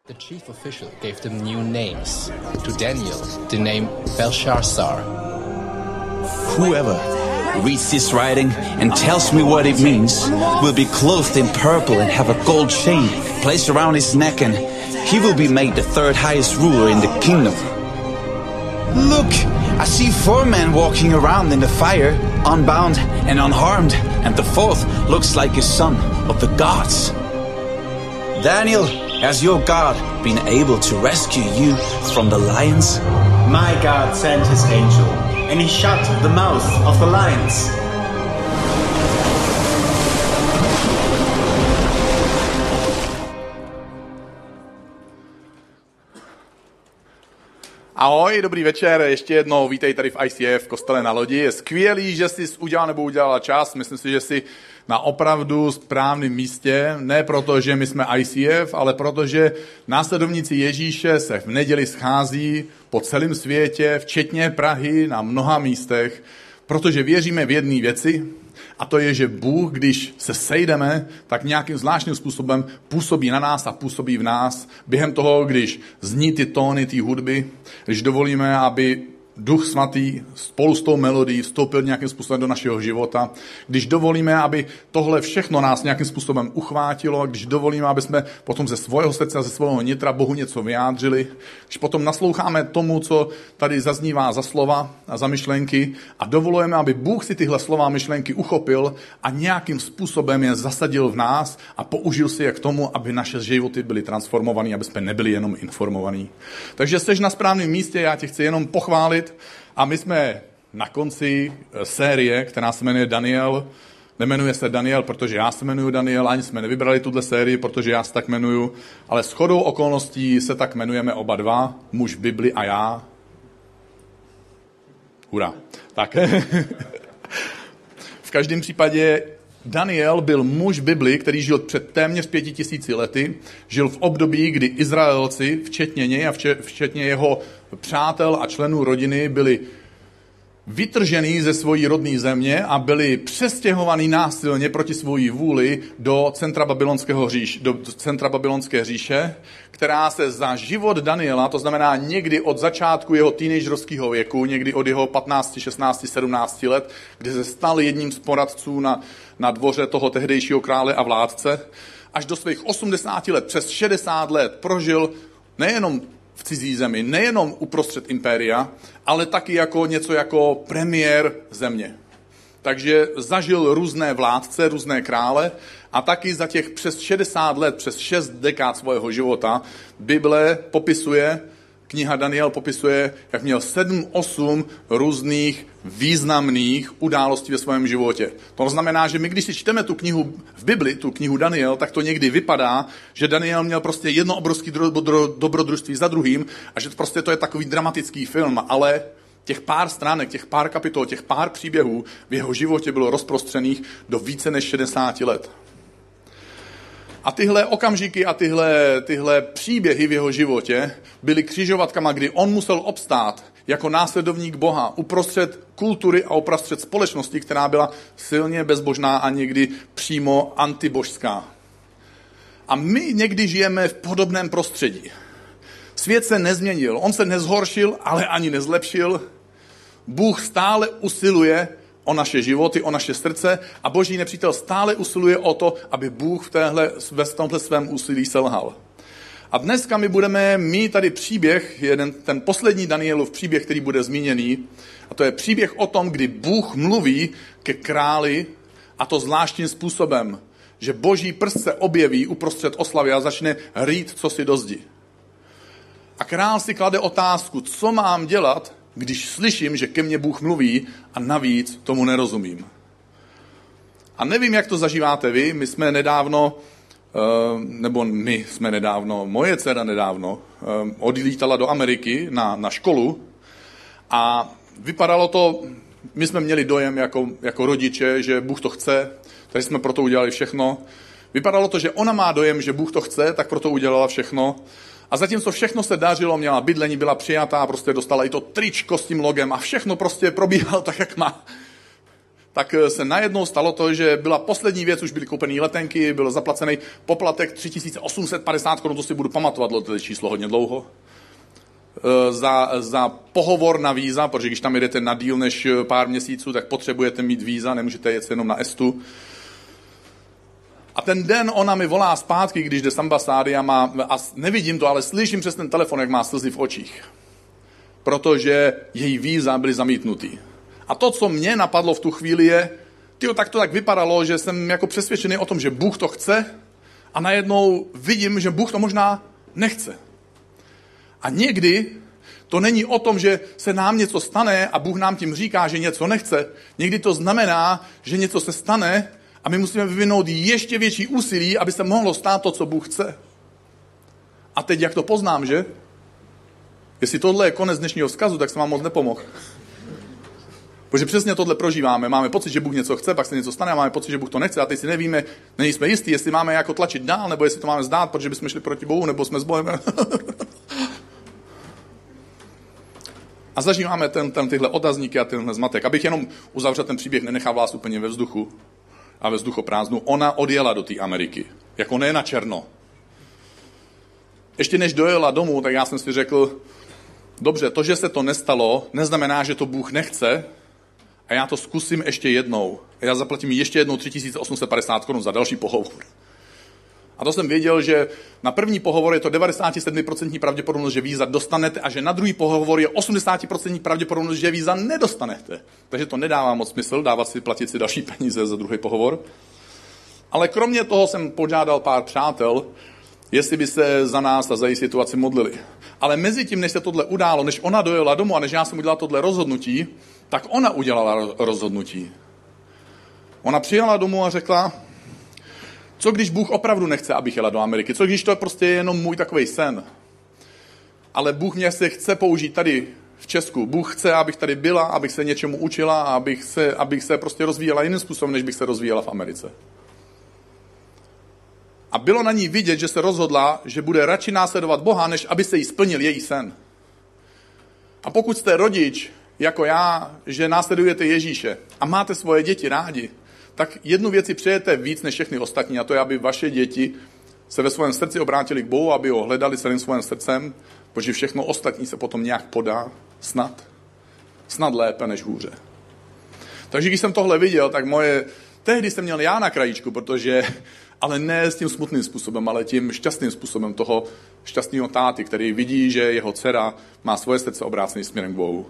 The chief official gave them new names. To Daniel, the name Belshazzar. Whoever reads this writing and tells me what it means will be clothed in purple and have a gold chain placed around his neck, and he will be made the third highest ruler in the kingdom. Look, I see 4 men walking around in the fire, unbound and unharmed, and the fourth looks like a son of the gods. Daniel, has your God been able to rescue you from the lions? My God sent his angel, and he shut the mouth of the lions. Ahoj, dobrý večer, ještě jednou vítej tady v ICF v kostele na Lodi. Je skvělý, že jsi udělal nebo udělala čas. Myslím si, že jsi na opravdu správném místě. Ne proto, že my jsme ICF, ale protože následovníci Ježíše se v neděli schází po celém světě, včetně Prahy, na mnoha místech, protože věříme v jedné věci, a to je, že Bůh, když se sejdeme, tak nějakým zvláštním způsobem působí na nás a působí v nás. Během toho, když zní ty tóny, ty hudby, když dovolíme, aby Duch Svatý spolu s tou melodií vstoupil nějakým způsobem do našeho života, když dovolíme, aby tohle všechno nás nějakým způsobem uchvátilo, když dovolíme, aby jsme potom ze svého srdce a ze svého nitra Bohu něco vyjádřili, když potom nasloucháme tomu, co tady zaznívá za slova a za myšlenky a dovolujeme, aby Bůh si tyhle slova a myšlenky uchopil a nějakým způsobem je zasadil v nás a použil si je k tomu, aby naše životy byly transformované, aby jsme nebyli jenom informovaní. Takže jsi na správném místě, já tě chci jenom pochválit. A my jsme na konci série, která se jmenuje Daniel. Nemenuje se Daniel, protože já se jmenuji Daniel, ani jsme nevybrali tuhle sérii, protože já se tak jmenuju, ale shodou okolností se tak jmenujeme oba dva, muž v Bibli a já. Hurá. Tak. V každém případě Daniel byl muž v Bibli, který žil před téměř 5000 lety, žil v období, kdy Izraelci, včetně něj a včetně jeho přátel a členů rodiny, byli vytržený ze svojí rodné země a byli přestěhovaný násilně proti svojí vůli do centra babylonské říše, která se za život Daniela, to znamená někdy od začátku jeho teenagerského věku, někdy od jeho 15, 16, 17 let, kdy se stal jedním z poradců na dvoře toho tehdejšího krále a vládce, až do svých 80 let, přes 60 let prožil nejenom v cizí zemi, nejenom uprostřed impéria, ale taky jako něco jako premiér země. Takže zažil různé vládce, různé krále a taky za těch přes 60 let, přes 6 dekád svého života Bible popisuje, kniha Daniel popisuje, jak měl 7-8 různých významných událostí ve svém životě. To znamená, že my, když si čteme tu knihu v Bibli, tu knihu Daniel, tak to někdy vypadá, že Daniel měl prostě jedno obrovské dobrodružství za druhým a že prostě to je takový dramatický film, ale těch pár stránek, těch pár kapitol, těch pár příběhů v jeho životě bylo rozprostřených do více než 60 let. A tyhle okamžiky a tyhle příběhy v jeho životě byly křižovatkama, kdy on musel obstát jako následovník Boha uprostřed kultury a uprostřed společnosti, která byla silně bezbožná a někdy přímo antibožská. A my někdy žijeme v podobném prostředí. Svět se nezměnil, on se nezhoršil, ale ani nezlepšil. Bůh stále usiluje o naše životy, o naše srdce a boží nepřítel stále usiluje o to, aby Bůh v tomhle svém úsilí selhal. A dneska my budeme mít tady příběh, ten poslední Danielův příběh, který bude zmíněný, a to je příběh o tom, kdy Bůh mluví ke králi, a to zvláštním způsobem, že boží prst se objeví uprostřed oslavy a začne rýt cosi do zdi. A král si klade otázku, co mám dělat, když slyším, že ke mně Bůh mluví a navíc tomu nerozumím. A nevím, jak to zažíváte vy, moje dcera nedávno odlítala do Ameriky na školu a vypadalo to, my jsme měli dojem jako rodiče, že Bůh to chce, takže jsme proto udělali všechno. Vypadalo to, že ona má dojem, že Bůh to chce, tak proto udělala všechno. A zatímco všechno se dařilo, měla bydlení, byla přijatá, prostě dostala i to tričko s tím logem a všechno prostě probíhalo tak, jak má. tak se najednou stalo to, že byla poslední věc, už byly koupené letenky, byl zaplacený poplatek 3850 korun, to si budu pamatovat, to je číslo hodně dlouho, za pohovor na víza, protože když tam jedete na díl než pár měsíců, tak potřebujete mít víza, nemůžete jet jenom na ESTu. A ten den ona mi volá zpátky, když jde z ambasády a nevidím to, ale slyším přes ten telefon, jak má slzy v očích. Protože její víza byly zamítnutý. A to, co mě napadlo v tu chvíli je, tak to tak vypadalo, že jsem jako přesvědčený o tom, že Bůh to chce a najednou vidím, že Bůh to možná nechce. A někdy to není o tom, že se nám něco stane a Bůh nám tím říká, že něco nechce. Někdy to znamená, že něco se stane a my musíme vyvinout ještě větší úsilí, aby se mohlo stát to, co Bůh chce. A teď jak to poznám, že? Jestli tohle je konec dnešního vzkazu, tak jsem vám moc nepomohl. Protože přesně tohle prožíváme. Máme pocit, že Bůh něco chce, pak se něco stane a máme pocit, že Bůh to nechce a teď si nevíme, nejsme jistí, jestli máme jako tlačit dál, nebo jestli to máme zdát, protože bychom šli proti Bohu, nebo jsme s Bohem. A zažíváme tyhle otazníky a tenhle zmatek. Abych jenom uzavřel ten příběh, nenechal vás úplně ve vzduchu a ve vzduchoprázdnu. Ona odjela do té Ameriky. Jako ne na černo. Ještě než dojela domů, tak já jsem si řekl, dobře, to, že se to nestalo, neznamená, že to Bůh nechce a já to zkusím ještě jednou. A já zaplatím ještě jednou 3850 korun za další pohovor. A to jsem věděl, že na první pohovor je to 97% pravděpodobnost, že víza dostanete a že na druhý pohovor je 80% pravděpodobnost, že víza nedostanete. Takže to nedává moc smysl, platit si další peníze za druhý pohovor. Ale kromě toho jsem požádal pár přátel, jestli by se za nás a za její situaci modlili. Ale mezi tím, než se tohle událo, než ona dojela domů a než já jsem udělal tohle rozhodnutí, tak ona udělala rozhodnutí. Ona přijela domů a řekla, co když Bůh opravdu nechce, abych jela do Ameriky? Co když to je prostě jenom můj takovej sen? Ale Bůh mě se chce použít tady v Česku. Bůh chce, abych tady byla, abych se něčemu učila, abych se prostě rozvíjela jiným způsobem, než bych se rozvíjela v Americe. A bylo na ní vidět, že se rozhodla, že bude radši následovat Boha, než aby se jí splnil její sen. A pokud jste rodič, jako já, že následujete Ježíše a máte svoje děti rádi, tak jednu věc si přejete víc než všechny ostatní, a to je, aby vaše děti se ve svém srdci obrátili k Bohu, aby ho hledali celým svým srdcem, protože všechno ostatní se potom nějak podá, snad lépe než hůře. Takže když jsem tohle viděl, tak tehdy jsem měl já na krajíčku, ale ne s tím smutným způsobem, ale tím šťastným způsobem toho šťastného táty, který vidí, že jeho dcera má svoje srdce obrácené směrem k Bohu.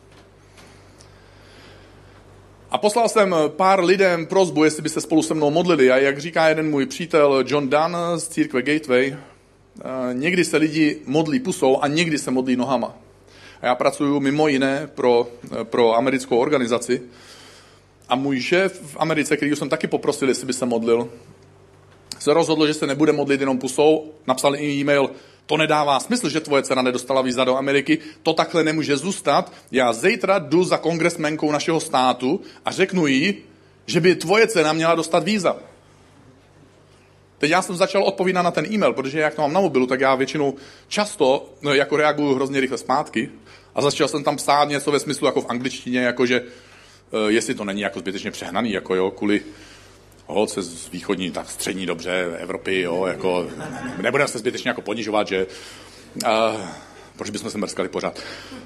A poslal jsem pár lidem prosbu, jestli by se spolu se mnou modlili. A jak říká jeden můj přítel John Dunn z církve Gateway, někdy se lidi modlí pusou a někdy se modlí nohama. A já pracuji mimo jiné pro americkou organizaci. A můj šéf v Americe, který jsem taky poprosil, jestli by se modlil, se rozhodl, že se nebude modlit jenom pusou. Napsal jim e-mail, to nedává smysl, že tvoje dcera nedostala víza do Ameriky, to takhle nemůže zůstat. Já zítra jdu za kongresmenkou našeho státu a řeknu jí, že by tvoje dcera měla dostat víza. Teď já jsem začal odpovídat na ten e-mail, protože jak to mám na mobilu, tak já většinou často jako reaguju hrozně rychle zpátky a začal jsem tam psát něco ve smyslu jako v angličtině, jakože jestli to není jako zbytečně přehnaný, jako jo, kvůli holce z východní, tak střední dobře, Evropy, jo, jako nebudeme se zbytečně jako ponižovat, že proč bychom se mrskali pořád.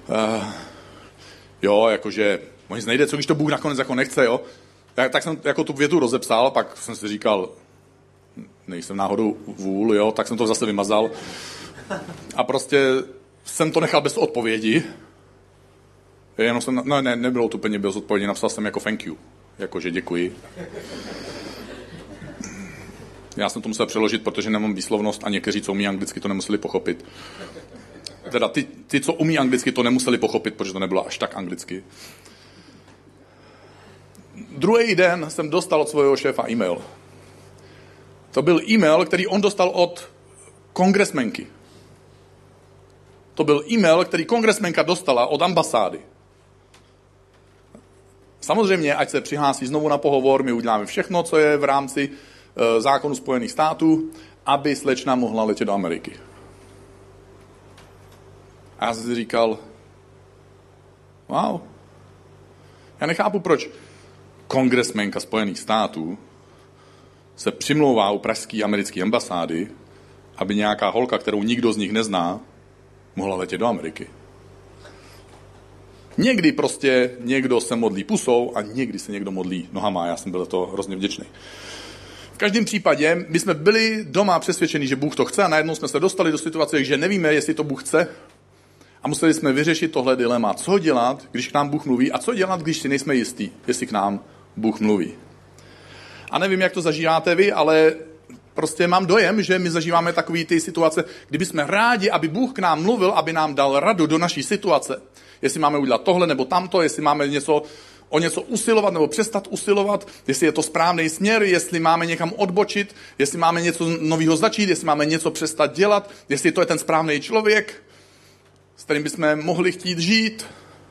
Jo, jakože nic nejde, co když to Bůh nakonec jako nechce, jo. Tak jsem jako tu větu rozepsal, pak jsem si říkal, nejsem náhodou vůl, jo, tak jsem to zase vymazal. A prostě jsem to nechal bez odpovědi. Jenom jsem, nebylo to úplně bez odpovědi, napsal jsem jako thank you, jakože děkuji. Já jsem to musel přeložit, protože nemám výslovnost a někteří, co umí anglicky, to nemuseli pochopit. Teda ty, co umí anglicky, to nemuseli pochopit, protože to nebylo až tak anglicky. Druhý den jsem dostal od svého šéfa e-mail. To byl e-mail, který on dostal od kongresmenky. To byl e-mail, který kongresmenka dostala od ambasády. Samozřejmě, ať se přihlásí znovu na pohovor, my uděláme všechno, co je v rámci zákonu Spojených států, aby slečna mohla letět do Ameriky. A já jsem si říkal, wow, já nechápu proč. kongresmenka Spojených států se přimlouvá u pražské americké ambasády, aby nějaká holka, kterou nikdo z nich nezná, mohla letět do Ameriky. Někdy prostě někdo se modlí pusou a někdy se někdo modlí nohama. Já jsem byl to hrozně vděčný. V každém případě my jsme byli doma přesvědčeni, že Bůh to chce a najednou jsme se dostali do situace, že nevíme, jestli to Bůh chce a museli jsme vyřešit tohle dilema. Co dělat, když k nám Bůh mluví a co dělat, když si nejsme jistí, jestli k nám Bůh mluví. A nevím, jak to zažíváte vy, ale prostě mám dojem, že my zažíváme takové ty situace, kdyby jsme rádi, aby Bůh k nám mluvil, aby nám dal radu do naší situace. Jestli máme udělat tohle nebo tamto, jestli máme o něco usilovat nebo přestat usilovat, jestli je to správný směr, jestli máme někam odbočit, jestli máme něco nového začít, jestli máme něco přestat dělat, jestli to je ten správný člověk, s kterým bychom mohli chtít žít,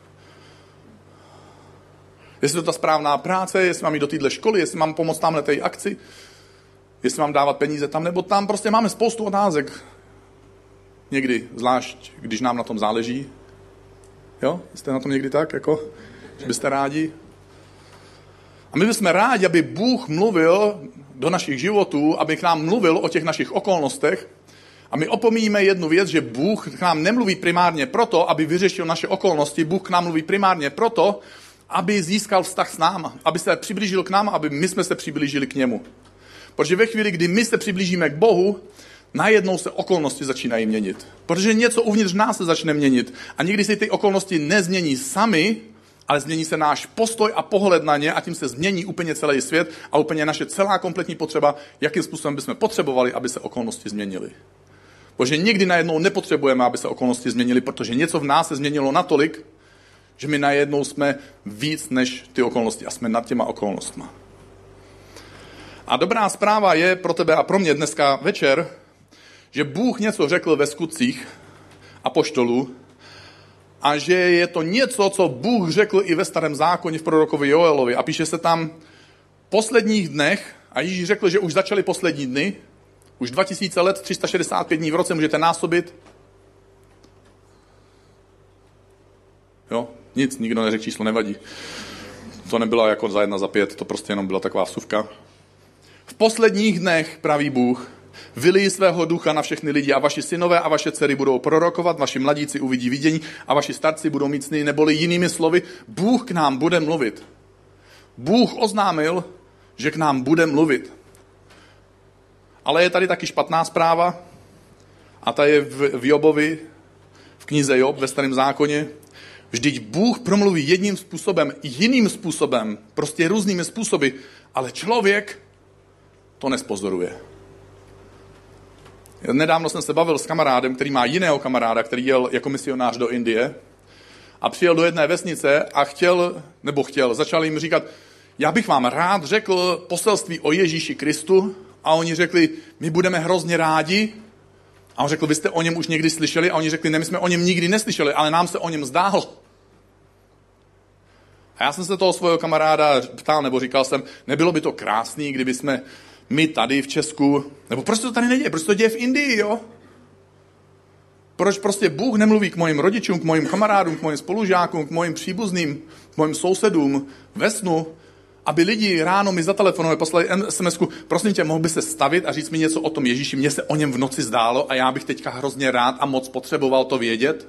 jestli to je ta správná práce, jestli mám jít do téhle školy, jestli mám pomoct tamhle té akci, jestli mám dávat peníze tam nebo tam. Prostě máme spoustu otázek. Někdy, zvlášť, když nám na tom záleží. Jo? Jste na tom někdy tak, jako, že byste rádi? A my bychom rádi, aby Bůh mluvil do našich životů, aby k nám mluvil o těch našich okolnostech. A my opomíjíme jednu věc, že Bůh k nám nemluví primárně proto, aby vyřešil naše okolnosti. Bůh k nám mluví primárně proto, aby získal vztah s náma, aby se přiblížil k nám, aby my jsme se přiblížili k němu. Protože ve chvíli, kdy my se přiblížíme k Bohu, najednou se okolnosti začínají měnit. Protože něco uvnitř nás se začne měnit. A někdy se ty okolnosti nezmění sami, ale změní se náš postoj a pohled na ně a tím se změní úplně celý svět a úplně naše celá kompletní potřeba, jakým způsobem bychom potřebovali, aby se okolnosti změnily. Protože nikdy najednou nepotřebujeme, aby se okolnosti změnily, protože něco v nás se změnilo natolik, že my najednou jsme víc než ty okolnosti a jsme nad těma okolnostma. A dobrá zpráva je pro tebe a pro mě dneska večer, že Bůh něco řekl ve skutcích apoštolů a že je to něco, co Bůh řekl i ve Starém zákoně v prorokovi Joelovi. A píše se tam posledních dnech, a Ježíš řekl, že už začaly poslední dny, už 2000 let, 365 dní v roce můžete násobit. Jo, nic, nikdo neřekl číslo, nevadí. To nebyla jako za 1 za 5, to prostě jenom byla taková vsuvka. V posledních dnech, praví Bůh, vyliji svého ducha na všechny lidi a vaši synové a vaše dcery budou prorokovat, vaši mladíci uvidí vidění a vaši starci budou mít sny, neboli jinými slovy, Bůh k nám bude mluvit. Bůh oznámil, že k nám bude mluvit. Ale je tady taky špatná zpráva a ta je v Jobovi, v knize Job, ve Starém zákoně. Vždyť Bůh promluví jedním způsobem, jiným způsobem, prostě různými způsoby, ale člověk to nespozoruje. Nedávno jsem se bavil s kamarádem, který má jiného kamaráda, který jel jako misionář do Indie a přijel do jedné vesnice a začal jim říkat, já bych vám rád řekl poselství o Ježíši Kristu a oni řekli, my budeme hrozně rádi a on řekl, vy jste o něm už někdy slyšeli a oni řekli, ne, my jsme o něm nikdy neslyšeli, ale nám se o něm zdál. A já jsem se toho svého kamaráda ptal, nebo říkal jsem, nebylo by to krásný, kdyby jsme my tady v Česku, nebo proč to tady neděje, proč to děje v Indii, jo? Proč prostě Bůh nemluví k mojim rodičům, k mojim kamarádům, k mojim spolužákům, k mojim příbuzným, k mojim sousedům ve snu, aby lidi ráno mi zatelefonovali, poslali SMS-ku, prosím tě, mohl by se stavit a říct mi něco o tom Ježíši, mně se o něm v noci zdálo a já bych teďka hrozně rád a moc potřeboval to vědět.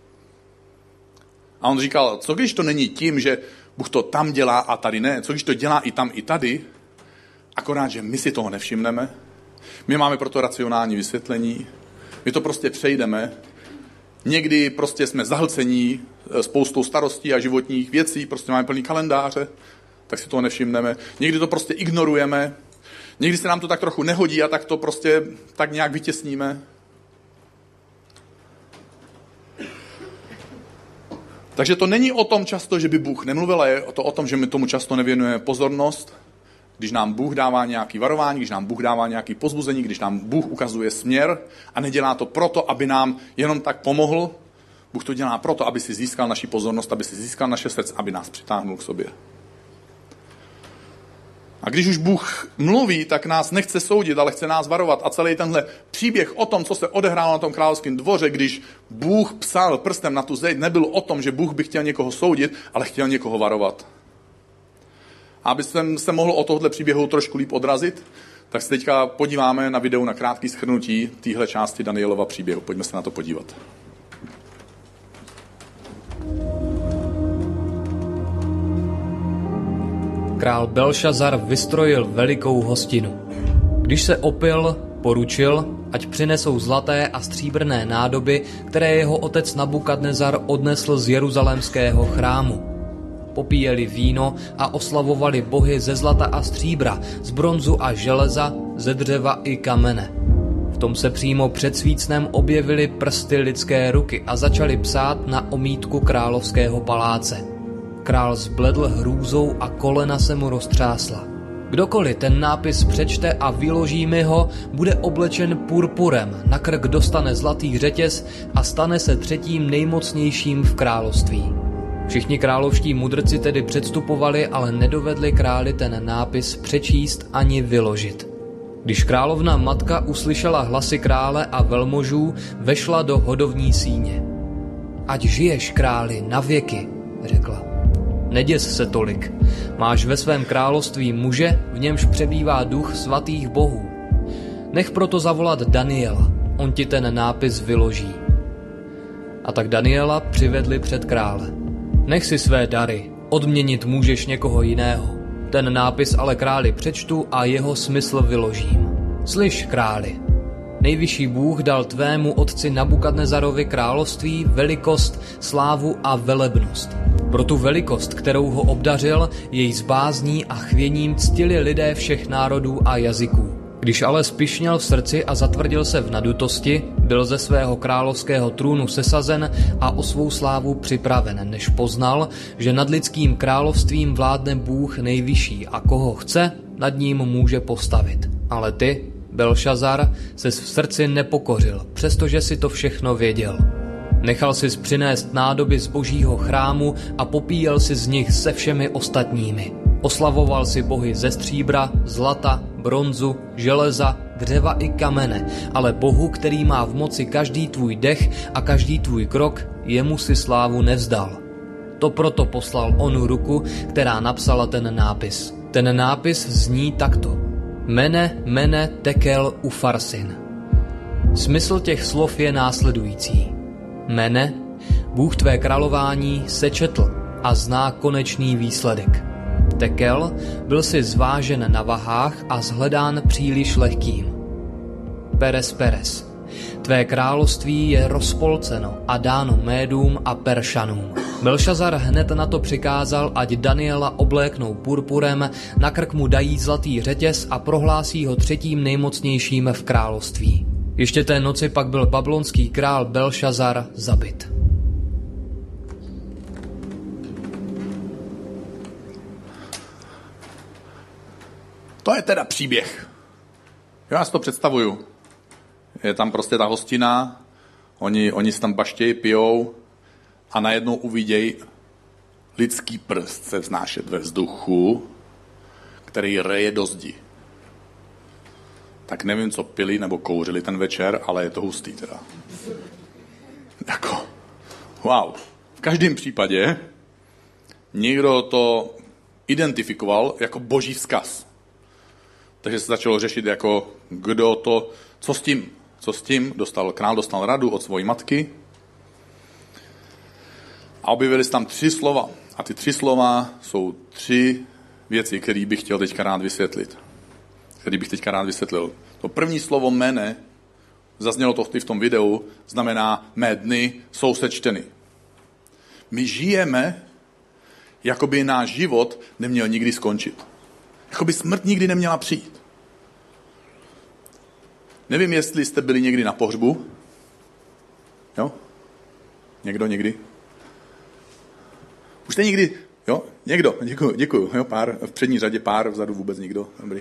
A on říkal, co když to není tím, že Bůh to tam dělá a tady ne, co když to dělá i tam, i tady, akorát, že my si toho nevšimneme, my máme proto racionální vysvětlení, my to prostě přejdeme, někdy prostě jsme zahlcení spoustou starostí a životních věcí, prostě máme plný kalendáře, tak si toho nevšimneme, někdy to prostě ignorujeme, někdy se nám to tak trochu nehodí a tak to prostě tak nějak vytěsníme. Takže to není o tom často, že by Bůh nemluvil, ale je to o tom, že my tomu často nevěnujeme pozornost, když nám Bůh dává nějaký varování, když nám Bůh dává nějaký pozbuzení, když nám Bůh ukazuje směr a nedělá to proto, aby nám jenom tak pomohl. Bůh to dělá proto, aby si získal naši pozornost, aby si získal naše srdce, aby nás přitáhnul k sobě. A když už Bůh mluví, tak nás nechce soudit, ale chce nás varovat. A celý tenhle příběh o tom, co se odehrálo na tom královském dvoře, když Bůh psal prstem na tu zeď, nebyl o tom, že Bůh by chtěl někoho soudit, ale chtěl někoho varovat. Aby jsem se mohl o tohle příběhu trošku líp odrazit, tak se teďka podíváme na video na krátký shrnutí téhle části Danielova příběhu. Pojďme se na to podívat. Král Belšazar vystrojil velikou hostinu. Když se opil, poručil, ať přinesou zlaté a stříbrné nádoby, které jeho otec Nabukadnezar odnesl z jeruzalémského chrámu. Popíjeli víno a oslavovali bohy ze zlata a stříbra, z bronzu a železa, ze dřeva i kamene. V tom se přímo před svícnem objevily prsty lidské ruky a začali psát na omítku královského paláce. Král zbledl hrůzou a kolena se mu roztřásla. Kdokoliv ten nápis přečte a vyloží mi ho, bude oblečen purpurem, na krk dostane zlatý řetěz a stane se třetím nejmocnějším v království. Všichni královští mudrci tedy předstupovali, ale nedovedli králi ten nápis přečíst ani vyložit. Když královna matka uslyšela hlasy krále a velmožů, vešla do hodovní síně. Ať žiješ, králi, na věky, řekla. Neděs se tolik. Máš ve svém království muže, v němž přebývá duch svatých bohů. Nech proto zavolat Daniela, on ti ten nápis vyloží. A tak Daniela přivedli před krále. Nech si své dary, odměnit můžeš někoho jiného. Ten nápis ale králi přečtu a jeho smysl vyložím. Slyš, králi, nejvyšší Bůh dal tvému otci Nabukadnezarovi království, velikost, slávu a velebnost. Pro tu velikost, kterou ho obdařil, jej s bázní a chvěním ctili lidé všech národů a jazyků. Když ale spyšněl v srdci a zatvrdil se v nadutosti, byl ze svého královského trůnu sesazen a o svou slávu připraven, než poznal, že nad lidským královstvím vládne Bůh nejvyšší a koho chce, nad ním může postavit. Ale ty, Belšazar, ses v srdci nepokořil, přestože si to všechno věděl. Nechal sis přinést nádoby z božího chrámu a popíjel si z nich se všemi ostatními. Oslavoval si bohy ze stříbra, zlata, bronzu, železa, dřeva i kamene, ale Bohu, který má v moci každý tvůj dech a každý tvůj krok, jemu si slávu nevzdal. To proto poslal onu ruku, která napsala ten nápis. Ten nápis zní takto. Mene, mene, tekel, ufarsin. Smysl těch slov je následující. Mene, Bůh tvé králování sečetl a zná konečný výsledek. Tekel, byl si zvážen na vahách a shledán příliš lehkým. Peres, peres, tvé království je rozpolceno a dáno Médům a Peršanům. Belšazar hned na to přikázal, ať Daniela obléknou purpurem, na krk mu dají zlatý řetěz a prohlásí ho třetím nejmocnějším v království. Ještě té noci pak byl babylonský král Belšazar zabit. To je teda příběh. Já si to představuju. Je tam prostě ta hostina, oni si tam baštějí, pijou a najednou uvidějí lidský prst se vznášet ve vzduchu, který reje do zdi. Tak nevím, co pili nebo kouřili ten večer, ale je to hustý teda. Jako, wow. V každém případě někdo to identifikoval jako boží vzkaz. Takže se začalo řešit jako, kdo to, co s tím, král dostal radu od svojí matky a objevily se tam 3 slova. A ty 3 slova jsou 3 věci, které bych chtěl teďka rád vysvětlit. To první slovo mene, zaznělo to v tom videu, znamená mé dny jsou sečteny. My žijeme, jako by náš život neměl nikdy skončit. Jako by smrt nikdy neměla přijít. Nevím, jestli jste byli někdy na pohřbu. Jo? Někdo někdy? Už jste někdy? Jo? Někdo? Děkuju. Jo, pár, v přední řadě pár, vzadu vůbec nikdo. Dobrý.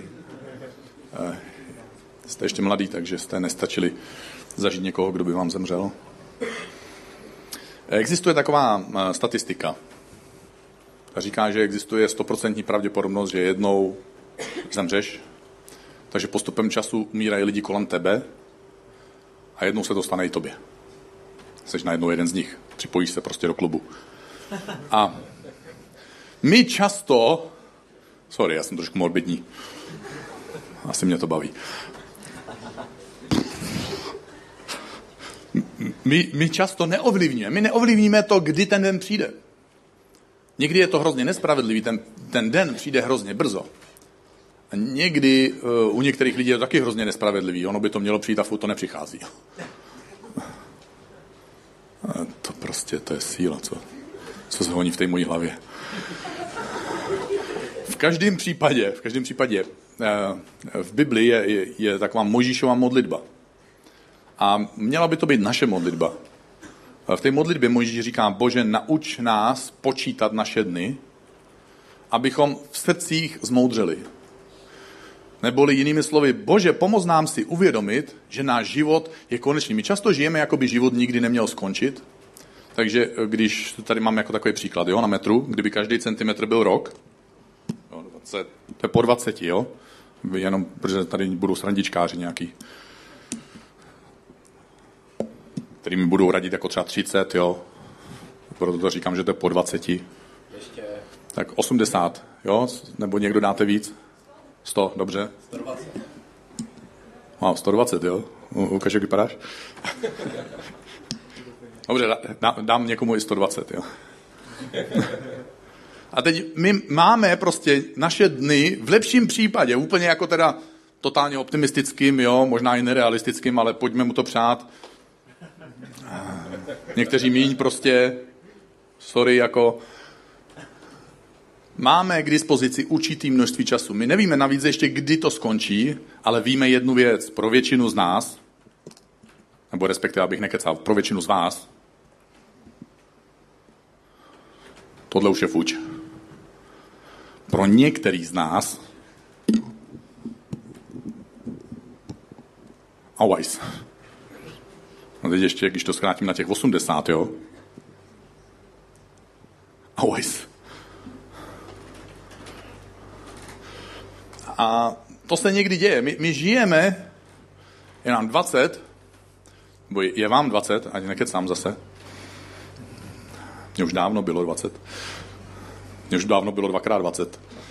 Jste ještě mladý, takže jste nestačili zažít někoho, kdo by vám zemřel. Existuje taková statistika. Ta říká, že existuje 100% pravděpodobnost, že jednou zemřeš, takže postupem času umírají lidi kolem tebe a jednou se to stane i tobě. Jseš najednou jeden z nich. Připojíš se prostě do klubu. A my často Sorry, já jsem trošku morbidní. Asi mě to baví. My často neovlivňujeme. My neovlivníme to, kdy ten den přijde. Někdy je to hrozně nespravedlivý, ten den přijde hrozně brzo. A někdy u některých lidí je to taky hrozně nespravedlivý. Ono by to mělo přijít a furt to nepřichází. A to je síla, co se honí v té mojí hlavě. V každém případě v Biblii je taková Mojžíšova modlitba. A měla by to být naše modlitba. V té modlitbě Mojžíš říká, Bože, nauč nás počítat naše dny, abychom v srdcích zmoudřeli. Neboli jinými slovy, Bože, pomoz nám si uvědomit, že náš život je konečný. My často žijeme, jako by život nikdy neměl skončit. Takže když tady mám jako takový příklad, jo, na metru, kdyby každý centimetr byl rok, jo, 20, to je po 20, jo, jenom, protože tady budou srandičkáři nějaký, který mi budou radit jako třeba 30, jo, proto to říkám, že to je po 20. Ještě. Tak 80, jo, nebo někdo dáte víc? 100, dobře. 120. Wow, 120, jo? Ukaž, jak vypadáš? Dobře, dám někomu i 120, jo? A teď my máme prostě naše dny v lepším případě, úplně jako teda totálně optimistickým, jo, možná i nerealistickým, ale pojďme mu to přát. Někteří míň prostě, sorry, jako máme k dispozici určitý množství času. My nevíme navíc ještě, kdy to skončí, ale víme jednu věc. Pro většinu z nás, nebo respektive, abych nekecal, pro většinu z vás, tohle už je fuč. Pro některý z nás always. No teď ještě, když to zkrátím na těch 80, jo? Always. A to se někdy děje. My žijeme, je nám 20, nebo je vám 20, ať nekecám zase. Mně už dávno bylo 20. Mně už dávno bylo 2x20.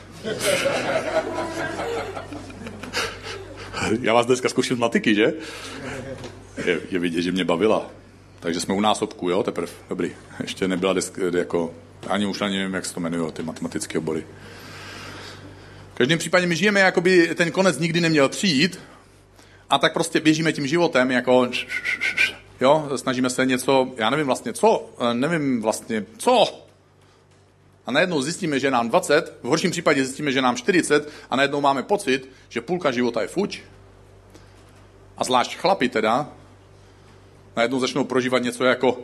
Já vás dneska zkouším z matiky, že? Je vidět, že mě bavila. Takže jsme u násobku, jo, teprve. Dobrý. Ještě nebyla jako, ani nevím, jak se to jmenuje, ty matematické obory. V každém případě my žijeme, jako by ten konec nikdy neměl přijít a tak prostě běžíme tím životem, jako jo, snažíme se něco, já nevím vlastně co. A najednou zjistíme, že nám 20, v horším případě zjistíme, že nám 40 a najednou máme pocit, že půlka života je fuč. A zvlášť chlapi teda, najednou začnou prožívat něco jako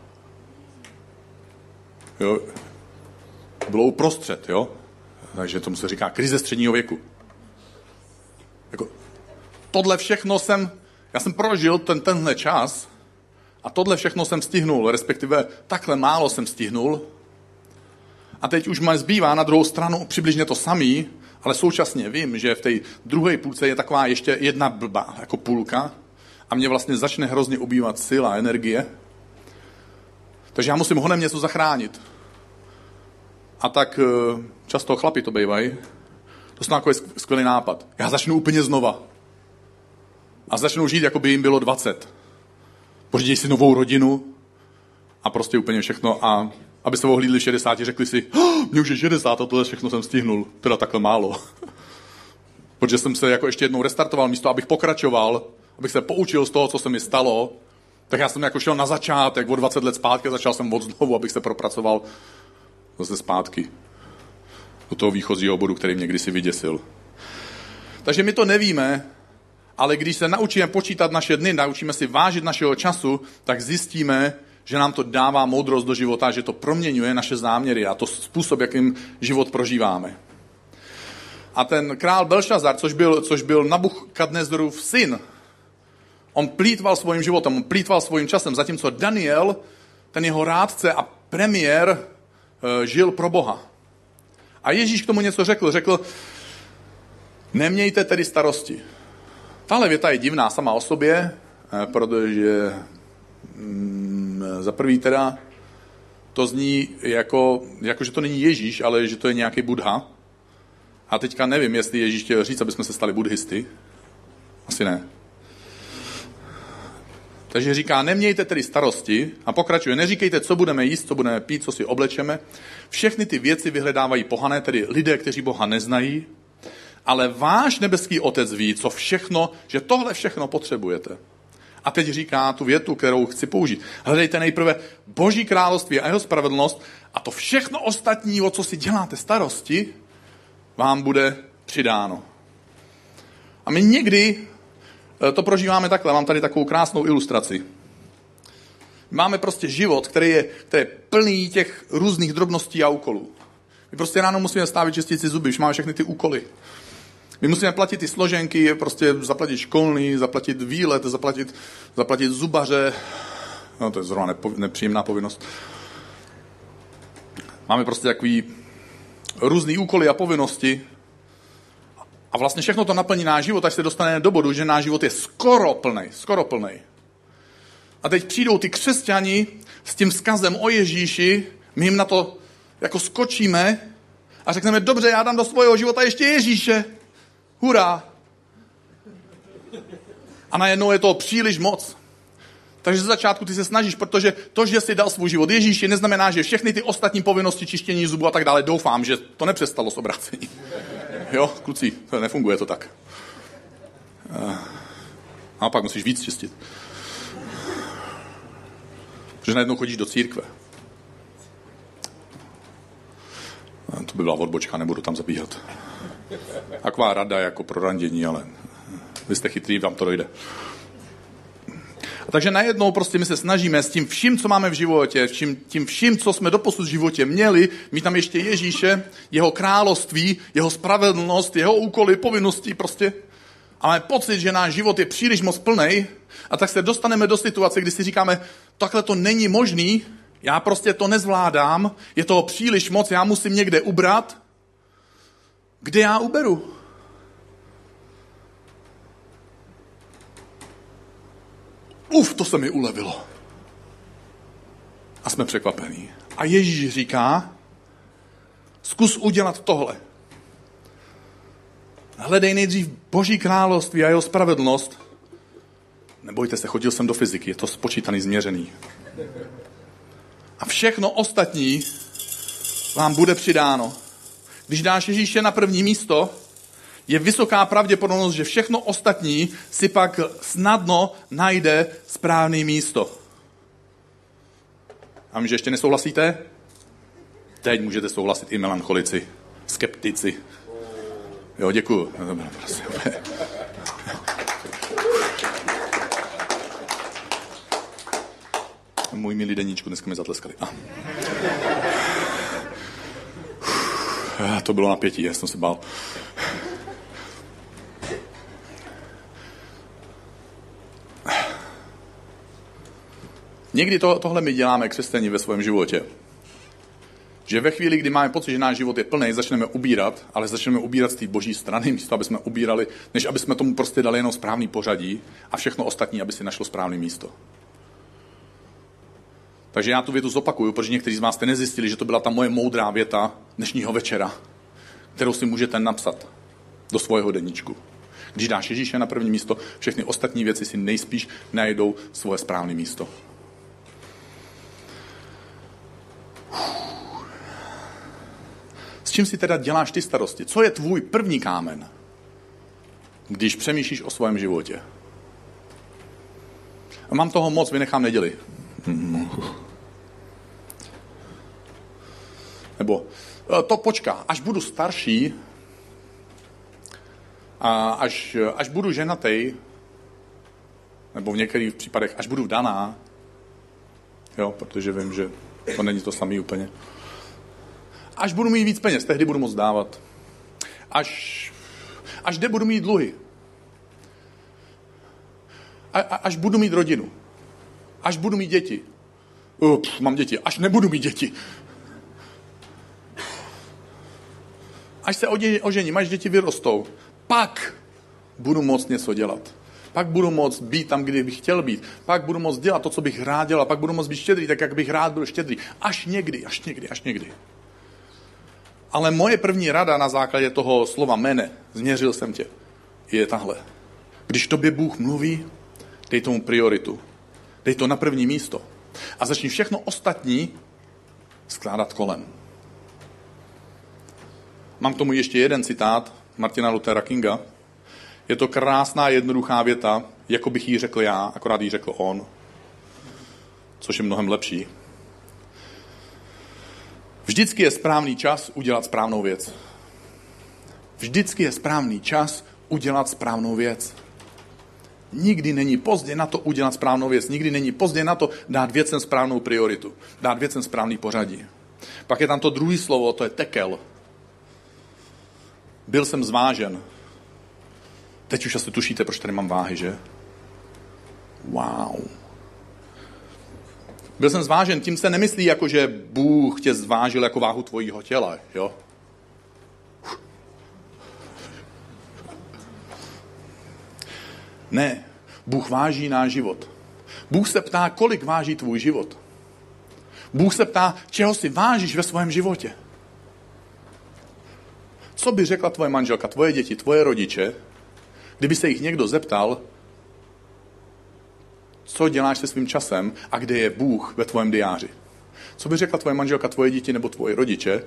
jo, bylo uprostřed, jo. Takže tomu se říká krize středního věku. Jako, tohle všechno já jsem prožil tenhle čas a tohle všechno jsem stihnul, respektive takhle málo jsem stihnul a teď už mi zbývá na druhou stranu přibližně to samý, ale současně vím, že v té druhé půlce je taková ještě jedna blbá, jako půlka a mě vlastně začne hrozně ubývat sil a energie. Takže já musím honem něco zachránit. A tak často chlapi to bývají. To je takový skvělý nápad. Já začnu úplně znova. A začnu žít, jako by jim bylo 20. Pořídí si novou rodinu a prostě úplně všechno. A aby se ohlídli v 60, řekli si, mě už je 60 a tohle všechno jsem stihnul. Teda takhle málo. Protože jsem se jako ještě jednou restartoval, místo abych pokračoval, abych se poučil z toho, co se mi stalo, tak já jsem jako šel na začátek o 20 let zpátky a začal jsem od znovu, abych se propracoval zase zpátky do toho výchozího bodu, který mě kdysi vyděsil. Takže my to nevíme, ale když se naučíme počítat naše dny, naučíme si vážit našeho času, tak zjistíme, že nám to dává moudrost do života, že to proměňuje naše záměry a to způsob, jakým život prožíváme. A ten král Belšazar, což byl Nabukadnezarův syn, on plýtval svým životem, on plýtval svým časem, zatímco Daniel, ten jeho rádce a premiér, žil pro Boha. A Ježíš k tomu něco řekl, nemějte tedy starosti. Tahle věta je divná sama o sobě, protože za prvý teda to zní jako že to není Ježíš, ale že to je nějaký Buddha. A teďka nevím, jestli Ježíš chtěl říct, aby jsme se stali buddhisty. Asi ne. Takže říká, nemějte tedy starosti a pokračuje, neříkejte, co budeme jíst, co budeme pít, co si oblečeme. Všechny ty věci vyhledávají pohané, tedy lidé, kteří Boha neznají, ale váš nebeský Otec ví, co všechno, že tohle všechno potřebujete. A teď říká tu větu, kterou chci použít. Hledejte nejprve Boží království a jeho spravedlnost a to všechno ostatní, o co si děláte starosti, vám bude přidáno. A my někdy to prožíváme takhle. Mám tady takovou krásnou ilustraci. Máme prostě život, který je plný těch různých drobností a úkolů. My prostě ráno musíme stávat, čistit si zuby, už máme všechny ty úkoly. My musíme platit ty složenky, prostě zaplatit školný, zaplatit výlet, zaplatit zubaře. No to je zrovna nepříjemná povinnost. Máme prostě takový různý úkoly a povinnosti. A vlastně všechno to naplní náš život, až se dostaneme do bodu, že náš život je skoro plnej. A teď přijdou ty křesťani s tím vzkazem o Ježíši, my jim na to jako skočíme a řekneme, dobře, já dám do svého života ještě Ježíše. Hurá! A najednou je to příliš moc. Takže ze začátku ty se snažíš, protože to, že jsi dal svůj život Ježíši, neznamená, že všechny ty ostatní povinnosti, čištění zubů a tak dále, doufám, že to nepřestalo s obrácením. Jo, kluci, to nefunguje to tak. A pak musíš víc čistit. Protože najednou chodíš do církve. To by byla odbočka, nebudu tam zabíhat. Taková rada jako pro randění, ale vy jste chytrý, vám to dojde. A takže najednou prostě my se snažíme s tím vším, co máme v životě, tím vším, co jsme doposud v životě měli, mít tam ještě Ježíše, jeho království, jeho spravedlnost, jeho úkoly, povinnosti prostě. A máme pocit, že náš život je příliš moc plnej a tak se dostaneme do situace, kdy si říkáme, takhle to není možný, já prostě to nezvládám, je toho příliš moc, já musím někde ubrat. Kde já uberu? To se mi ulevilo. A jsme překvapení. A Ježíš říká, zkus udělat tohle. Hledej nejdřív Boží království a jeho spravedlnost. Nebojte se, chodil jsem do fyziky, je to spočítaný, změřený. A všechno ostatní vám bude přidáno. Když dáš Ježíše na první místo, je vysoká pravděpodobnost, že všechno ostatní si pak snadno najde správné místo. A my, že ještě nesouhlasíte? Teď můžete souhlasit i melancholici, skeptici. Jo, děkuju. Můj milý deníčku, dneska mi zatleskali. To bylo napětí, já jsem se bál. Někdy tohle my děláme křesťané ve svém životě. Že ve chvíli, kdy máme pocit, že náš život je plný, začneme ubírat, ale začneme ubírat z té boží strany, místo aby jsme ubírali, než aby jsme tomu prostě dali jenom správný pořadí a všechno ostatní, aby si našlo správné místo. Takže já tu větu zopakuju, protože někteří z vás jste nezjistili, že to byla ta moje moudrá věta dnešního večera, kterou si můžete napsat do svého deníčku. Když dáš Ježíše na první místo, všechny ostatní věci si nejspíš najdou svoje správné místo. S čím si teda děláš ty starosti? Co je tvůj první kámen, když přemýšlíš o svém životě? A mám toho moc, vynechám neděli. Nebo to počká, až budu starší a až budu ženatej, nebo v některých případech, až budu vdaná, jo, protože vím, že to není to samý úplně. Až budu mít víc peněz, tehdy budu moct dávat. Až kde budu mít dluhy. Až budu mít rodinu. Až budu mít děti. Mám děti. Až nebudu mít děti. Až se ožením, až děti vyrostou. Pak budu moct něco dělat. Pak budu moct být tam, kde bych chtěl být. Pak budu moct dělat to, co bych rád dělal. Pak budu moct být štědrý, tak jak bych rád byl štědrý. Až někdy. Ale moje první rada na základě toho slova mene, změřil jsem tě, je tahle. Když tobě Bůh mluví, dej tomu prioritu. Dej to na první místo. A začni všechno ostatní skládat kolem. Mám k tomu ještě jeden citát Martina Luthera Kinga. Je to krásná, jednoduchá věta, jako bych ji řekl já, akorát ji řekl on, což je mnohem lepší. Vždycky je správný čas udělat správnou věc. Vždycky je správný čas udělat správnou věc. Nikdy není pozdě na to udělat správnou věc. Nikdy není pozdě na to dát věcem správnou prioritu. Dát věcem správný pořadí. Pak je tam to druhé slovo, to je tekel. Byl jsem zvážen. Teď už asi tušíte, proč tady mám váhy, že? Wow. Byl jsem zvážen, tím se nemyslí, jako že Bůh tě zvážil jako váhu tvojího těla, jo? Ne, Bůh váží náš život. Bůh se ptá, kolik váží tvůj život. Bůh se ptá, čeho si vážíš ve svém životě. Co by řekla tvoje manželka, tvoje děti, tvoje rodiče, kdyby se jich někdo zeptal, co děláš se svým časem a kde je Bůh ve tvém diáři. Co by řekla tvoje manželka, tvoje děti nebo tvoje rodiče,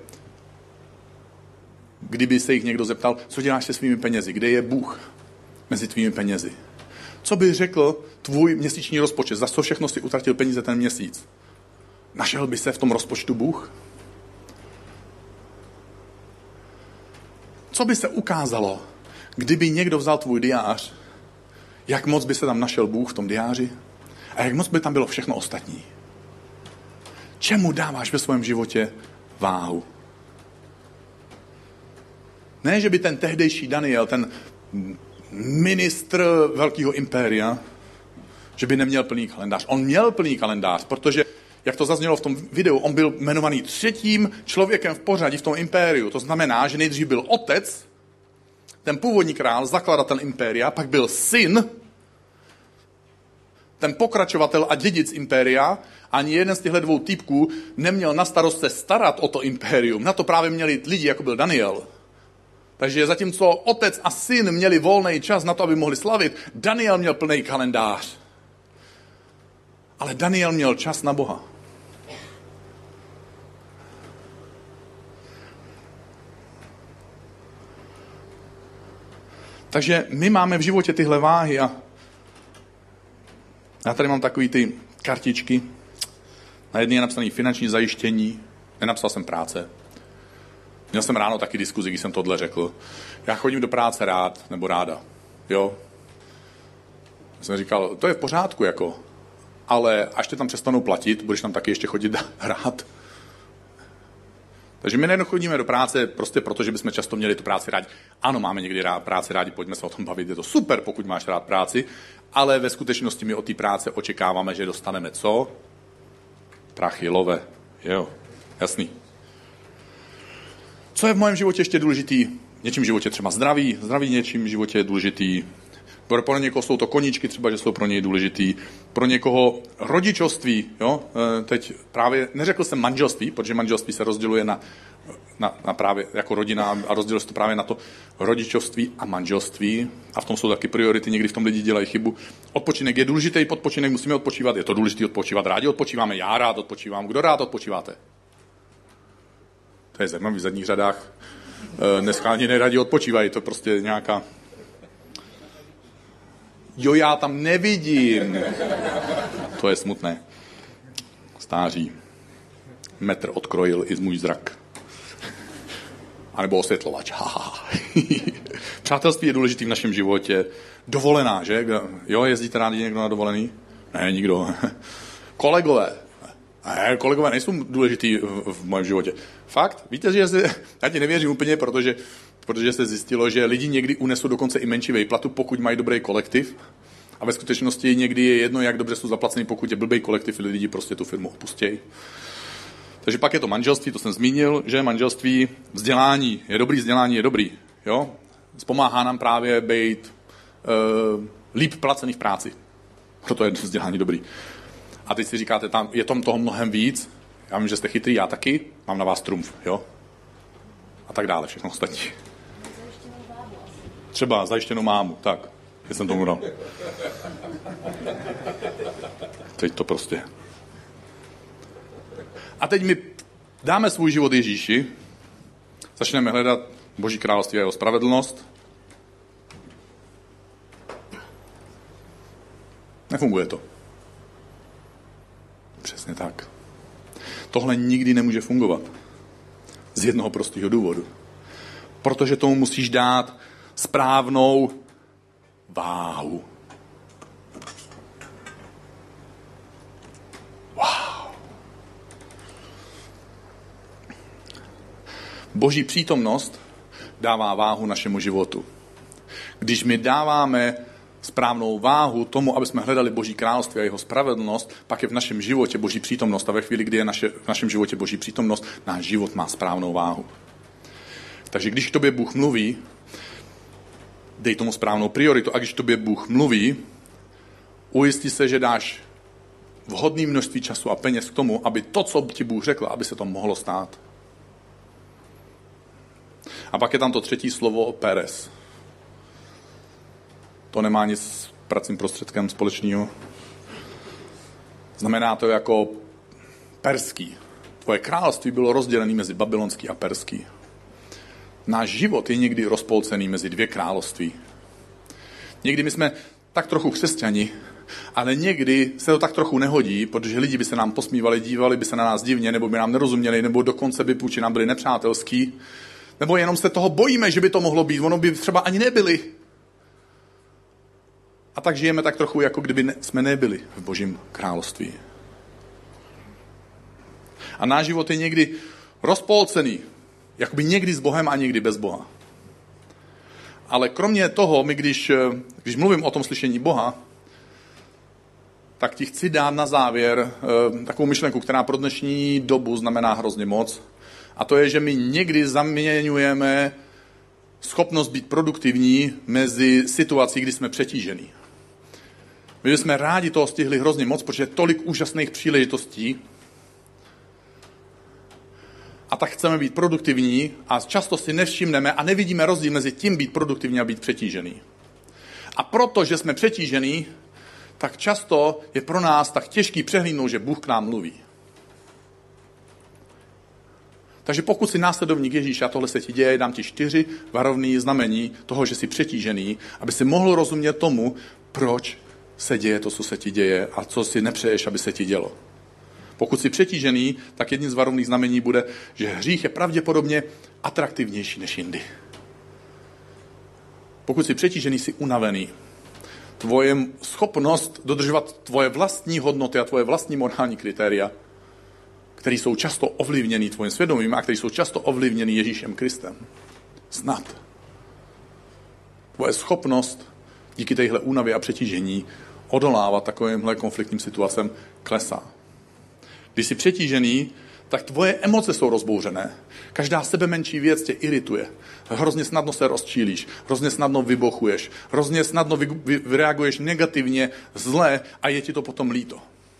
kdyby se jich někdo zeptal, co děláš se svými penězi, kde je Bůh mezi tvými penězi. Co by řekl tvůj měsíční rozpočet, za co všechno si utratil peníze ten měsíc. Našel by se v tom rozpočtu Bůh? Co by se ukázalo, kdyby někdo vzal tvůj diář, jak moc by se tam našel Bůh v tom diáři a jak moc by tam bylo všechno ostatní? Čemu dáváš ve svém životě váhu? Ne, že by ten tehdejší Daniel, ten ministr velkého impéria, že by neměl plný kalendář. On měl plný kalendář, protože, jak to zaznělo v tom videu, on byl jmenovaný 3. člověkem v pořadí v tom impériu. To znamená, že nejdřív byl otec, ten původní král, zakladatel impéria, pak byl syn, ten pokračovatel a dědic impéria. Ani jeden z těchto 2 týpků neměl na starost se starat o to impérium. Na to právě měli lidi, jako byl Daniel. Takže zatímco otec a syn měli volný čas na to, aby mohli slavit, Daniel měl plný kalendář. Ale Daniel měl čas na Boha. Takže my máme v životě tyhle váhy a já tady mám takový ty kartičky. Na jedné je napsané finanční zajištění, nenapsal jsem práce. Měl jsem ráno taky diskuzi, když jsem tohle řekl. Já chodím do práce rád, nebo ráda. Jo? Já jsem říkal, to je v pořádku, jako. Ale až tě tam přestanou platit, budeš tam taky ještě chodit rád. Takže my nejen chodíme do práce prostě proto, že bychom často měli tu práci rádi. Ano, máme někdy práci rádi, pojďme se o tom bavit, je to super, pokud máš rád práci, ale ve skutečnosti my od té práce očekáváme, že dostaneme co? Prachy, love. Jo, jasný. Co je v mém životě ještě důležitý? V něčím životě třeba zdraví něčím v životě je důležitý. Pro někoho jsou to koníčky, třeba, že jsou pro něj důležitý. Pro někoho rodičovství, jo? Teď právě neřekl jsem manželství, protože manželství se rozděluje na právě jako rodina a rozděluje se to právě na to rodičovství a manželství. A v tom jsou taky priority, někdy v tom lidi dělají chybu. Odpočinek je důležitý, podpočinek musíme odpočívat, je to důležité odpočívat. Rádi odpočíváme, já rád odpočívám. Kdo rád odpočíváte? To je zajímavý v zadních řadách. Dneska ani neradi odpočívají, to prostě nějaká... Jo, já tam nevidím. To je smutné. Stáří. Metr odkrojil i můj zrak. A nebo osvětlovač. Přátelství je důležitý v našem životě. Dovolená, že? Jo, jezdíte rádi někdo na dovolený? Ne, nikdo. Kolegové. Ne, kolegové nejsou důležitý v mém životě. Fakt? Víte, že já ti nevěřím úplně, protože se zjistilo, že lidi někdy unesou dokonce i menší výplatu, pokud mají dobrý kolektiv. A ve skutečnosti někdy je jedno, jak dobře jsou zaplacený, pokud je blbý kolektiv, lidi prostě tu firmu opustějí. Takže pak je to manželství, to jsem zmínil, že manželství, vzdělání je dobrý. Jo? Pomáhá nám právě být líp placený v práci. Proto je vzdělání dobrý. A teď si říkáte, tam je tam toho mnohem víc. Já vím, že jste chytrý, já taky. Mám na vás trumf, jo? a tak dále, všechno ostatní. Třeba zajištěnou mámu, tak, já jsem tomu dal. Teď to prostě. A teď my dáme svůj život Ježíši, začneme hledat Boží království a jeho spravedlnost. Nefunguje to. Přesně tak. Tohle nikdy nemůže fungovat. Z jednoho prostého důvodu. Protože tomu musíš dát správnou váhu. Wow. Boží přítomnost dává váhu našemu životu. Když my dáváme správnou váhu tomu, aby jsme hledali Boží království a jeho spravedlnost, pak je v našem životě Boží přítomnost a ve chvíli, kdy je v našem životě Boží přítomnost, náš život má správnou váhu. Takže když k tobě Bůh mluví, dej tomu správnou prioritu a když k tobě Bůh mluví, ujistí se, že dáš vhodné množství času a peněz k tomu, aby to, co ti Bůh řekl, aby se to mohlo stát. A pak je tam to třetí slovo peres. To nemá nic s pracím prostředkem společného. Znamená to jako perský. Tvoje království bylo rozdělené mezi babylonský a perský. Náš život je někdy rozpolcený mezi dvě království. Někdy my jsme tak trochu křesťani, ale někdy se to tak trochu nehodí, protože lidi by se nám posmívali, dívali by se na nás divně, nebo by nám nerozuměli, nebo dokonce by vůči nám byli nepřátelský, nebo jenom se toho bojíme, že by to mohlo být, ono by třeba ani nebyli. A tak žijeme tak trochu, jako kdyby jsme nebyli v Božím království. A náš život je někdy rozpolcený, jakoby někdy s Bohem a někdy bez Boha. Ale kromě toho, když mluvím o tom slyšení Boha, tak ti chci dát na závěr takovou myšlenku, která pro dnešní dobu znamená hrozně moc. A to je, že my někdy zaměňujeme schopnost být produktivní mezi situací, kdy jsme přetížení. My bychom rádi toho stihli hrozně moc, protože je tolik úžasných příležitostí. A tak chceme být produktivní a často si nevšimneme a nevidíme rozdíl mezi tím být produktivní a být přetížený. A protože jsme přetížený, tak často je pro nás tak těžký přehlídnout, že Bůh k nám mluví. Takže pokud jsi následovník Ježíše a tohle se ti děje, dám ti 4 varovné znamení toho, že jsi přetížený, aby si mohl rozumět tomu, proč se děje to, co se ti děje a co si nepřeješ, aby se ti dělo. Pokud jsi přetížený, tak jedním z varovných znamení bude, že hřích je pravděpodobně atraktivnější než jindy. Pokud jsi přetížený, jsi unavený. Tvoje schopnost dodržovat tvoje vlastní hodnoty a tvoje vlastní morální kritéria, které jsou často ovlivněny tvojím svědomím a které jsou často ovlivněny Ježíšem Kristem. Snad. Tvoje schopnost díky téhle únavě a přetížení odolávat takovýmhle konfliktním situacím klesá. Když jsi přetížený, tak tvoje emoce jsou rozbouřené. Každá sebemenší věc tě irituje. Hrozně snadno se rozčílíš, hrozně snadno vybochuješ, hrozně snadno reaguješ negativně, zle a je ti to potom líto.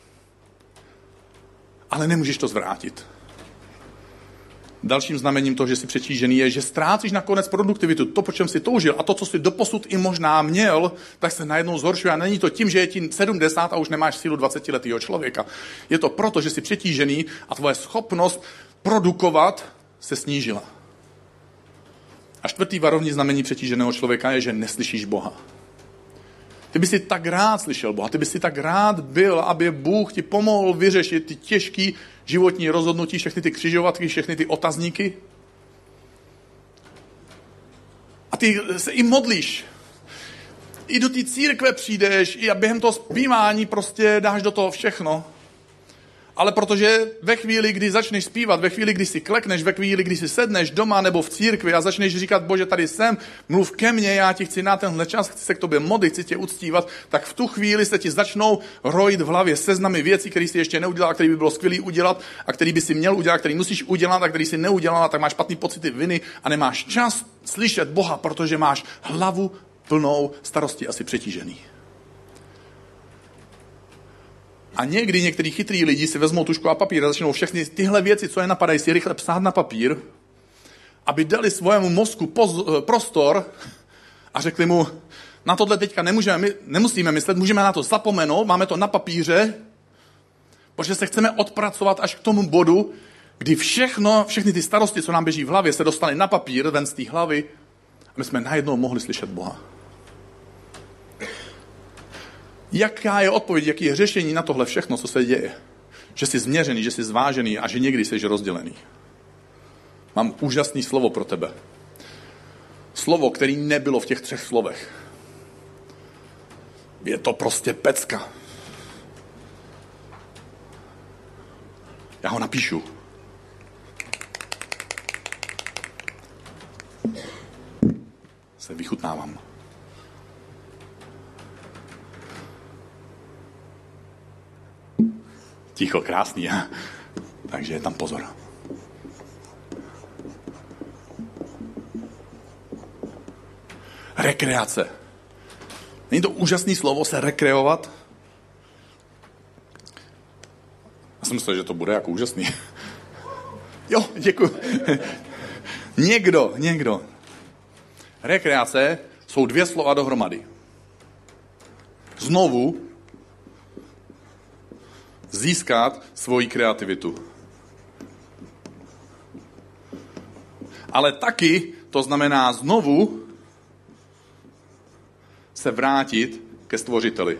Ale nemůžeš to zvrátit. Dalším znamením toho, že jsi přetížený, je, že ztrácíš nakonec produktivitu, to, po čem jsi toužil a to, co jsi doposud i možná měl, tak se najednou zhoršuje a není to tím, že je ti 70 a už nemáš sílu 20letého člověka. Je to proto, že jsi přetížený a tvoje schopnost produkovat se snížila. A 4. varovní znamení přetíženého člověka je, že neslyšíš Boha. Ty by si tak rád slyšel Boha, ty by si tak rád byl, aby Bůh ti pomohl vyřešit ty těžké životní rozhodnutí, všechny ty křižovatky, všechny ty otazníky. A ty se i modlíš. I do té církve přijdeš, i a během toho zpívání prostě dáš do toho všechno. Ale protože ve chvíli, kdy začneš zpívat, ve chvíli, kdy si klekneš, ve chvíli, kdy si sedneš doma nebo v církvi a začneš říkat, Bože, tady jsem, mluv ke mně, já ti chci na tenhle čas, chci se k tobě modlit, chci tě uctívat, tak v tu chvíli se ti začnou rojit v hlavě seznamy věcí, které jsi ještě neudělal, které by bylo skvělý udělat a který by si měl udělat, který musíš udělat a který si neudělal, a tak máš špatný pocity viny a nemáš čas slyšet Boha, protože máš hlavu plnou starosti a jsi přetížený. A někdy některý chytrý lidi si vezmou tužku a papír a začnou všechny tyhle věci, co je napadají, si rychle psát na papír aby dali svému mozku prostor a řekli mu, na tohle teďka nemusíme myslet, můžeme na to zapomenout, máme to na papíře, protože se chceme odpracovat až k tomu bodu, kdy všechny ty starosti, co nám běží v hlavě, se dostaly na papír, ven z té hlavy a my jsme najednou mohli slyšet Boha. Jaká je odpověď, jaký je řešení na tohle všechno, co se děje? Že jsi změřený, že jsi zvážený a že někdy jsi rozdělený. Mám úžasné slovo pro tebe. Slovo, které nebylo v těch 3 slovech. Je to prostě pecka. Já ho napíšu. Se vychutnávám. Ticho, krásný. Takže je tam pozor. Rekreace. Není to úžasné slovo se rekreovat? Já jsem myslel, že to bude jako úžasný. Jo, děkuji. Někdo. Rekreace jsou 2 slova dohromady. Znovu získat svoji kreativitu. Ale taky to znamená znovu se vrátit ke Stvořiteli.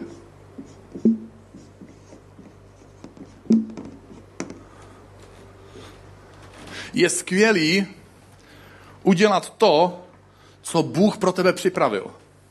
Je skvělý udělat to, co Bůh pro tebe připravil.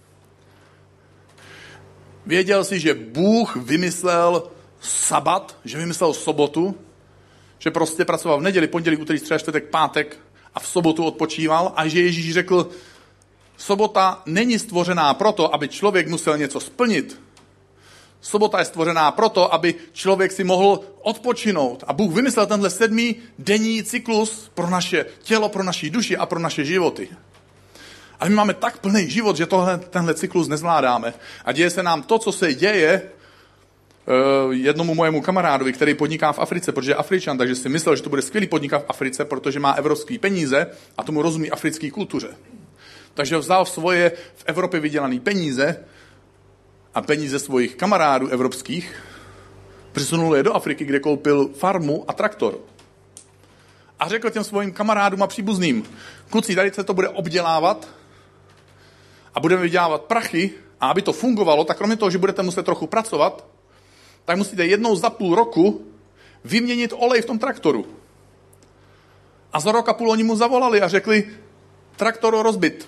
Věděl jsi, že Bůh vymyslel sabat, že vymyslel sobotu, že prostě pracoval v neděli, pondělí, úterý, středa, čtvrtek, pátek a v sobotu odpočíval a že Ježíš řekl, sobota není stvořená proto, aby člověk musel něco splnit. Sobota je stvořená proto, aby člověk si mohl odpočinout. A Bůh vymyslel tenhle 7denní cyklus pro naše tělo, pro naši duši a pro naše životy. A my máme tak plný život, že tenhle cyklus nezvládáme. A děje se nám to, co se děje jednomu mojemu kamarádovi, který podniká v Africe, protože je Afričan, takže si myslel, že to bude skvělý podnikat v Africe, protože má evropské peníze a tomu rozumí africké kultuře. Takže vzal svoje v Evropě vydělané peníze a peníze svojich kamarádů evropských, přisunul je do Afriky, kde koupil farmu a traktor. A řekl těm svým kamarádům a příbuzným, kluci, tady se to bude obdělávat a budeme vydělávat prachy a aby to fungovalo, tak kromě toho, že budete muset trochu pracovat, tak musíte jednou za půl roku vyměnit olej v tom traktoru. A za rok a půl oni mu zavolali a řekli, traktor rozbit.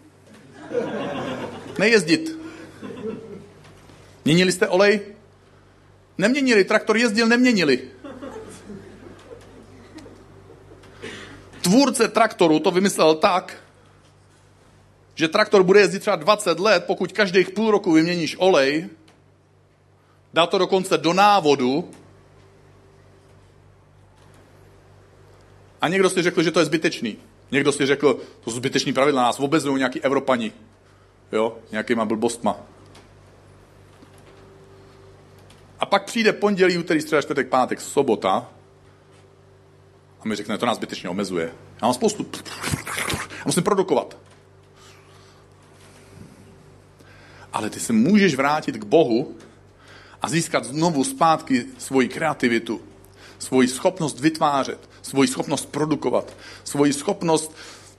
Nejezdit. Měnili jste olej? Neměnili, traktor jezdil, neměnili. Tvůrce traktoru to vymyslel tak, že traktor bude jezdit třeba 20 let, pokud každých půl roku vyměníš olej, dá to dokonce do návodu a někdo si řekl, že to je zbytečný. Někdo si řekl, to jsou zbytečný pravidla, nás obezují nějaký Evropani. Jo, nějakýma blbostma. A pak přijde pondělí, úterý, středa, čtvrtek, pátek, sobota a mi řekne, to nás zbytečně omezuje. Já mám spoustu. Já musím produkovat. Ale ty se můžeš vrátit k Bohu a získat znovu zpátky svoji kreativitu, svoji schopnost vytvářet, svoji schopnost produkovat, svoji schopnost,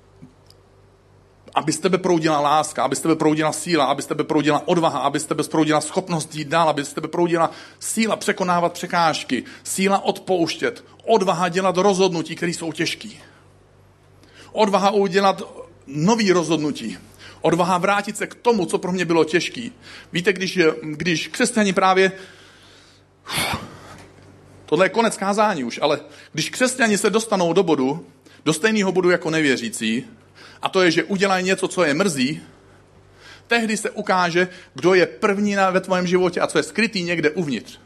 aby z tebe proudila láska, aby z tebe proudila síla, aby z tebe proudila odvaha, aby z tebe proudila schopnost jít dál, aby z tebe proudila síla překonávat překážky, síla odpouštět, odvaha dělat rozhodnutí, které jsou těžké. Odvaha udělat nový rozhodnutí. Odvaha vrátit se k tomu, co pro mě bylo těžký. Víte, když křesťani právě... Tohle je konec kázání už, ale když křesťani se dostanou do stejného bodu jako nevěřící, a to je, že udělají něco, co je mrzí, tehdy se ukáže, kdo je první ve tvém životě a co je skrytý někde uvnitř.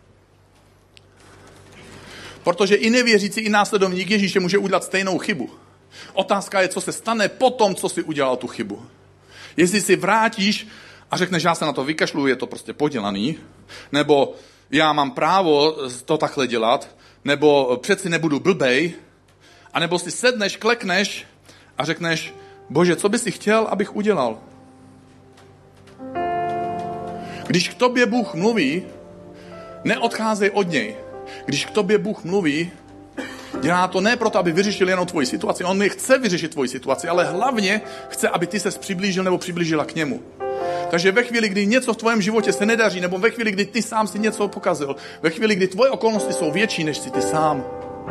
Protože i nevěřící, i následovník Ježíše může udělat stejnou chybu. Otázka je, co se stane potom, co si udělal tu chybu. Jestli si vrátíš a řekneš, já se na to vykašluju, je to prostě podělaný, nebo já mám právo to takhle dělat, nebo přeci nebudu blbej, anebo si sedneš, klekneš a řekneš, Bože, co bys si chtěl, abych udělal? Když k tobě Bůh mluví, neodcházej od něj. Když k tobě Bůh mluví, dělá to ne proto, aby vyřešil jenom tvoji situaci. On nechce vyřešit tvoji situaci, ale hlavně chce, aby ty ses přiblížil nebo přiblížila k němu. Takže ve chvíli, kdy něco v tvém životě se nedaří, nebo ve chvíli, kdy ty sám si něco pokazil, ve chvíli, kdy tvoje okolnosti jsou větší, než si ty sám,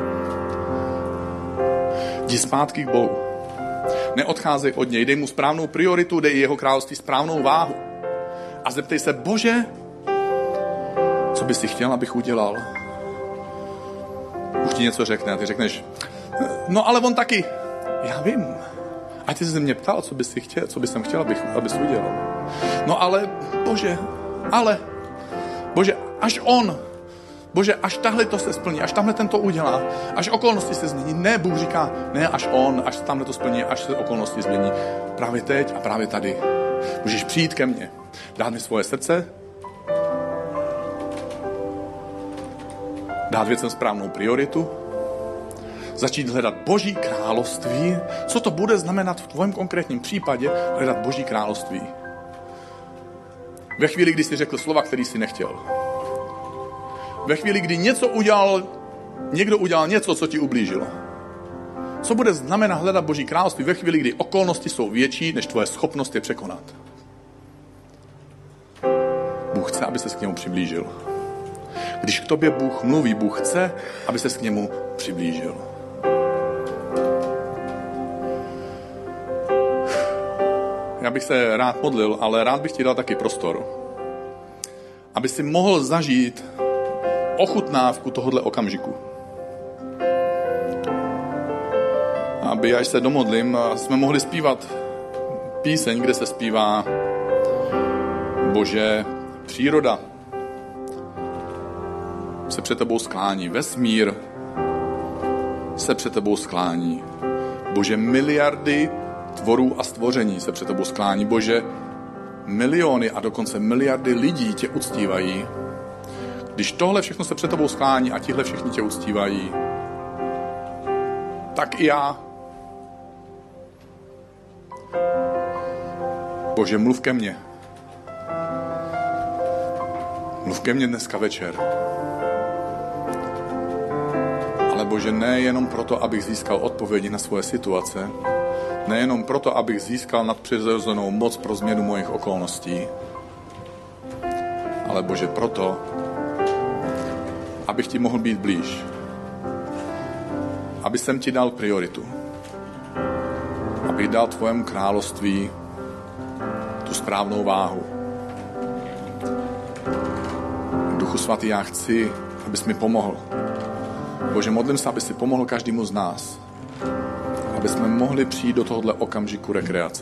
jdi zpátky k Bohu. Neodcházej od něj, dej mu správnou prioritu, dej jeho království správnou váhu. A zeptej se, Bože, co bys si chtěl, abych udělal? Bůh ti něco řekne a ty řekneš, no ale on taky, já vím. A ty jsi se mě ptal, co bys si chtěl, co bys jsem chtěl, abys udělal. No ale, Bože, až tahle to se splní, až tamhle ten to udělá, až okolnosti se změní. Ne, Bůh říká, ne, až tamhle to splní, až se okolnosti změní. Právě teď a právě tady. Můžeš přijít ke mně, dát mi svoje srdce, dát věcem správnou prioritu, začít hledat Boží království. Co to bude znamenat v tvém konkrétním případě hledat Boží království? Ve chvíli, kdy jsi řekl slova, který jsi nechtěl. Ve chvíli, kdy někdo udělal něco, co ti ublížilo. Co bude znamenat hledat Boží království ve chvíli, kdy okolnosti jsou větší, než tvoje schopnost je překonat? Bůh chce, aby ses k němu přiblížil. Když k tobě Bůh mluví, Bůh chce, aby ses k němu přiblížil. Já bych se rád modlil, ale rád bych ti dal taky prostor, aby si mohl zažít ochutnávku tohohle okamžiku. Aby, až se domodlím, jsme mohli zpívat píseň, kde se zpívá Bože, příroda se před tebou sklání, vesmír se před tebou sklání. Bože, miliardy tvorů a stvoření se před tebou sklání. Bože, miliony a dokonce miliardy lidí tě uctívají. Když tohle všechno se před tebou sklání a tihle všichni tě uctívají, tak i já. Bože, mluv ke mně. Mluv ke mně dneska večer. Ale Bože, nejenom proto, abych získal odpovědi na svoje situace, nejenom proto, abych získal nadpřirozenou moc pro změnu mojich okolností, ale Bože, proto, abych ti mohl být blíž. Aby jsem ti dal prioritu. Abych dal tvojemu království tu správnou váhu. Duchu svatý, já chci, abys mi pomohl. Bože, modlím se, aby si pomohl každému z nás. Aby jsme mohli přijít do tohohle okamžiku rekreace.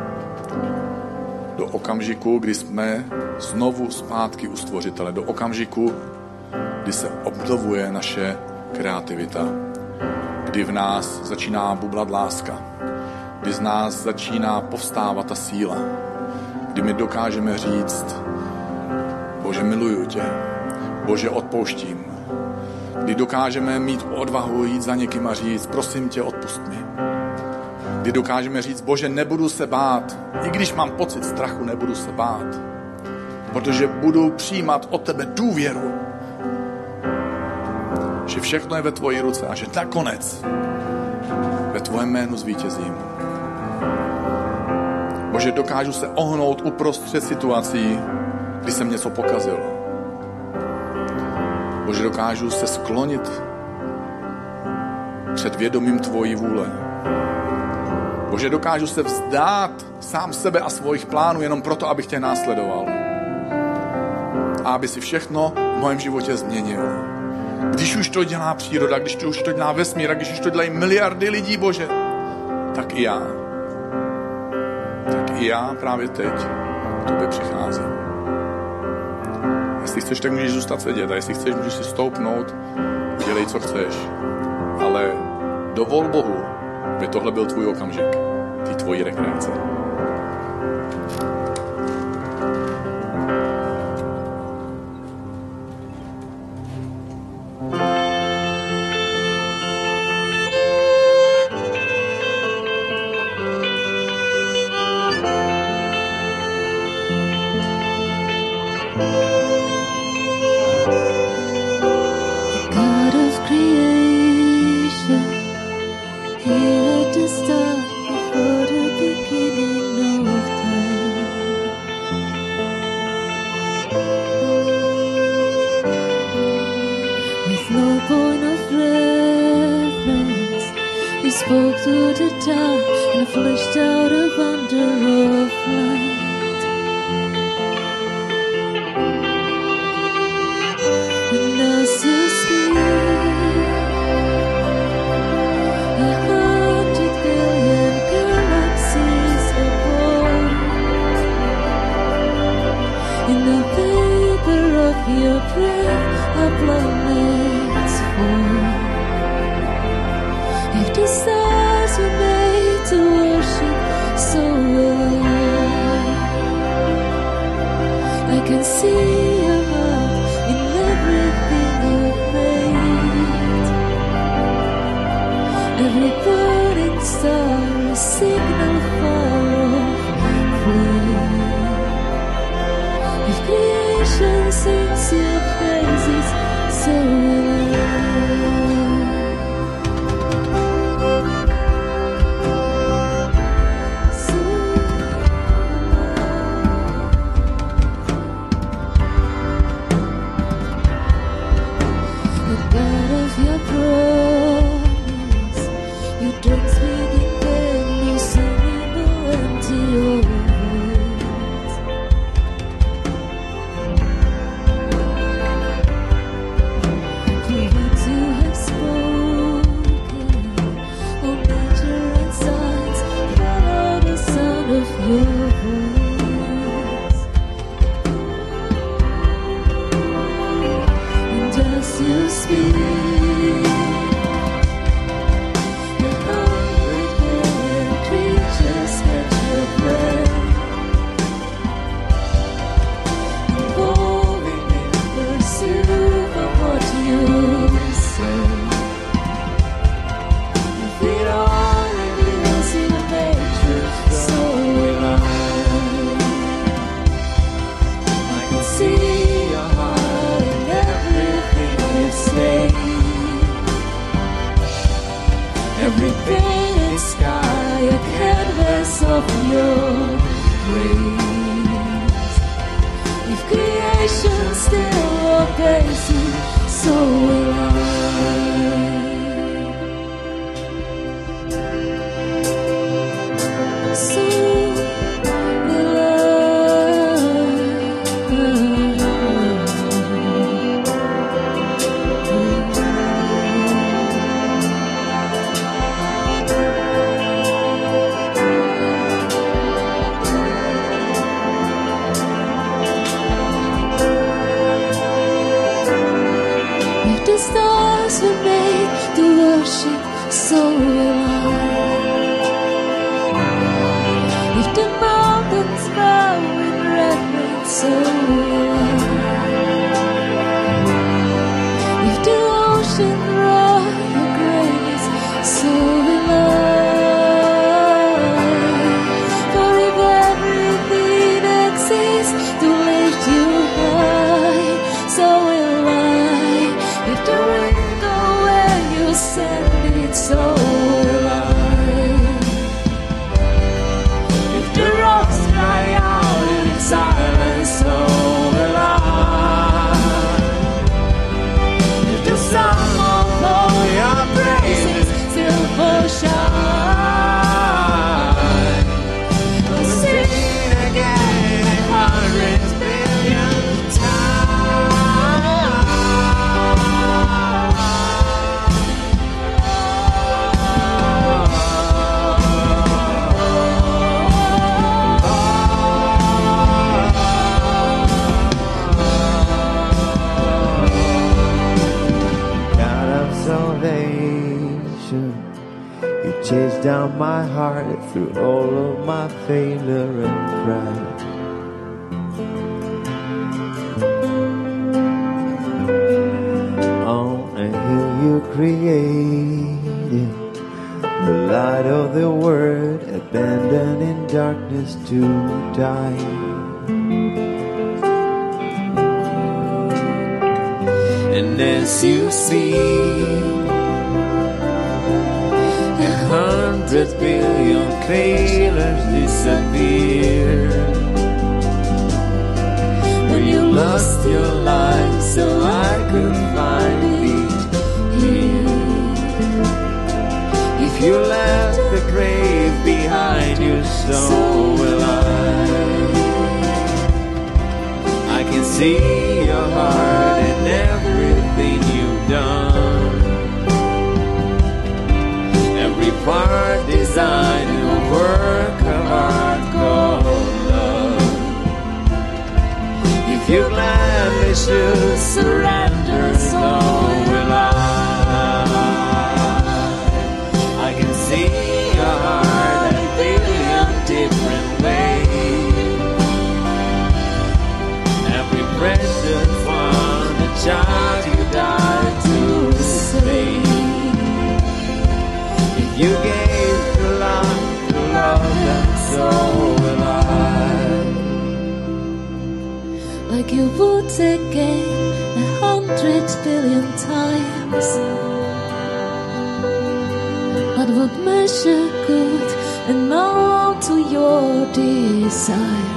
Do okamžiku, kdy jsme znovu zpátky u Stvořitele. Do okamžiku, kdy se obnovuje naše kreativita. Kdy v nás začíná bublat láska. Kdy z nás začíná povstávat ta síla. Kdy my dokážeme říct, Bože, miluju tě. Bože, odpouštím. Kdy dokážeme mít odvahu jít za někým a říct, prosím tě, odpust mi. Kdy dokážeme říct, Bože, nebudu se bát. I když mám pocit strachu, nebudu se bát. Protože budu přijímat od tebe důvěru. Že všechno je ve tvoji ruce a že nakonec ve tvém jménu zvítězím. Bože, dokážu se ohnout uprostřed situací, kdy jsem něco pokazil. Bože, dokážu se sklonit před vědomím tvojí vůle. Bože, dokážu se vzdát sám sebe a svojich plánů jenom proto, abych tě následoval. A aby si všechno v mém životě změnil. Když už to dělá příroda, když už to dělá vesmír, když už to dělají miliardy lidí, Bože, tak i já. Tak i já právě teď k tobě přicházím. Jestli chceš, tak můžeš zůstat sedět a jestli chceš, můžeš si stoupnout, dělej, co chceš. Ale dovol Bohu, aby tohle byl tvůj okamžik, ty tvojí rekreace. no point of reference. You spoke to the dark and fleshed out a wonder of light. And as you speak, 100 billion galaxies are born. In the vapor of your breath, our planets form. If the stars were made to worship, so will I can see your heart in everything you've made. Every burning star, a signal far off flame. If creation sings your praises, so will your promise, you don't speak in vain, no syllable empty your words. For once you have spoken, all nature and science follow the sound of your voice. And as you speak, every painted sky, a canvas of your grace. If creation still obeys you, so will I. So will the stars were made to worship, so will I. If the mountains bow in reverence, so will I. If the ocean roar your greatness, so will I. For if everything exists to lift you high, so will I. If the wind go where you send it, so will I. If the rocks cry out in silence, so will I. If the sun of all your praises still will shine, we'll sing again 100 billion times. You chased down my heart through all of my failure and pride. On a hill you created the light of the word, abandoned in darkness to die. And as you speak, 100 billion trailers disappear. When you lost your life so I could find peace. so will I can see your heart and everything you've done. Every part designed to work of art called love. If you gladly should surrender, so will I can see your heart and feel your different ways. Every precious one, the child you died to save. If you gave to love them, so will I. Like you would again 100 billion times. What would measure good and now to your desire?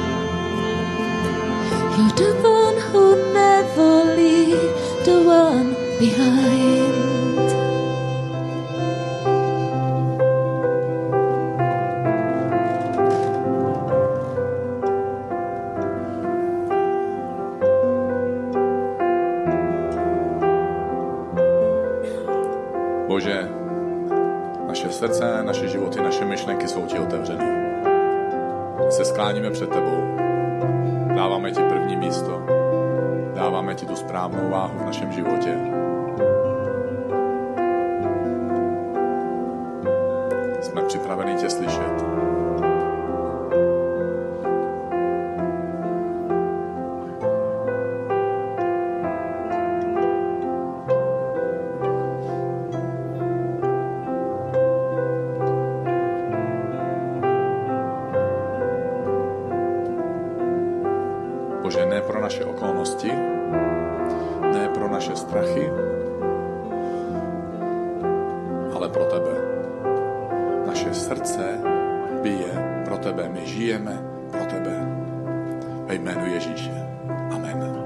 You're the one who never leave the one behind. Bože, naše srdce, naše životy, naše myšlenky jsou ti otevřený. Se skláníme před tebou. Dáváme ti první místo. Dáváme ti tu správnou váhu v našem životě. Jsme připraveni tě slyšet. Bože, ne pro naše okolnosti, ne pro naše strachy, ale pro tebe. Naše srdce bije pro tebe, my žijeme pro tebe. Ve jménu Ježíše. Amen.